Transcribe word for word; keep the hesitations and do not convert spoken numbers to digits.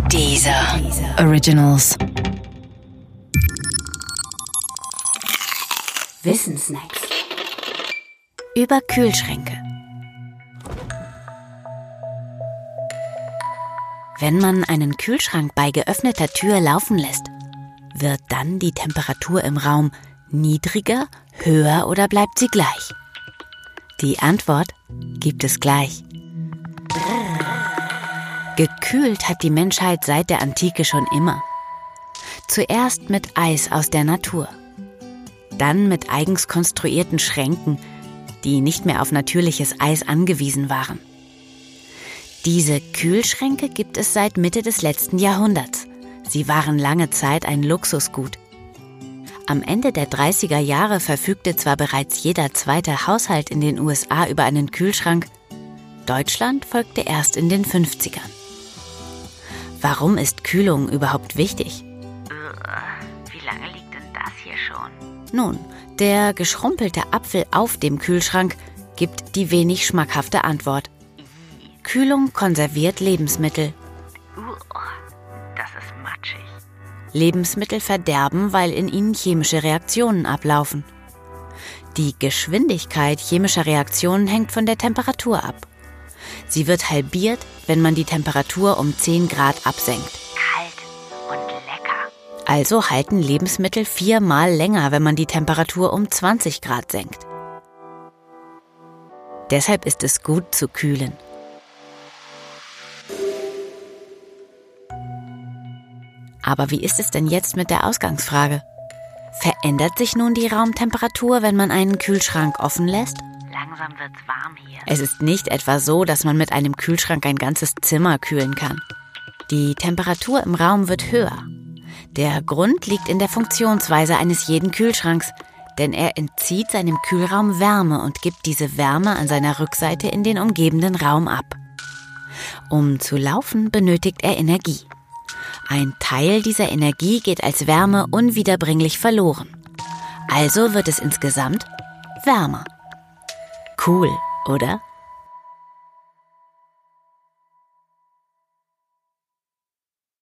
Deezer Originals. Wissensnacks über Kühlschränke. Wenn man einen Kühlschrank bei geöffneter Tür laufen lässt, wird dann die Temperatur im Raum niedriger, höher oder bleibt sie gleich? Die Antwort gibt es gleich. Gekühlt hat die Menschheit seit der Antike schon immer. Zuerst mit Eis aus der Natur. Dann mit eigens konstruierten Schränken, die nicht mehr auf natürliches Eis angewiesen waren. Diese Kühlschränke gibt es seit Mitte des letzten Jahrhunderts. Sie waren lange Zeit ein Luxusgut. Am Ende der dreißiger Jahre verfügte zwar bereits jeder zweite Haushalt in den U S A über einen Kühlschrank, Deutschland folgte erst in den fünfzigern. Warum ist Kühlung überhaupt wichtig? Wie lange liegt denn das hier schon? Nun, der geschrumpelte Apfel auf dem Kühlschrank gibt die wenig schmackhafte Antwort. Kühlung konserviert Lebensmittel. Das ist matschig. Lebensmittel verderben, weil in ihnen chemische Reaktionen ablaufen. Die Geschwindigkeit chemischer Reaktionen hängt von der Temperatur ab. Sie wird halbiert, wenn man die Temperatur um zehn Grad absenkt. Kalt und lecker. Also halten Lebensmittel viermal länger, wenn man die Temperatur um zwanzig Grad senkt. Deshalb ist es gut zu kühlen. Aber wie ist es denn jetzt mit der Ausgangsfrage? Verändert sich nun die Raumtemperatur, wenn man einen Kühlschrank offen lässt? Langsam wird's warm hier. Es ist nicht etwa so, dass man mit einem Kühlschrank ein ganzes Zimmer kühlen kann. Die Temperatur im Raum wird höher. Der Grund liegt in der Funktionsweise eines jeden Kühlschranks, denn er entzieht seinem Kühlraum Wärme und gibt diese Wärme an seiner Rückseite in den umgebenden Raum ab. Um zu laufen, benötigt er Energie. Ein Teil dieser Energie geht als Wärme unwiederbringlich verloren. Also wird es insgesamt wärmer. Cool, oder?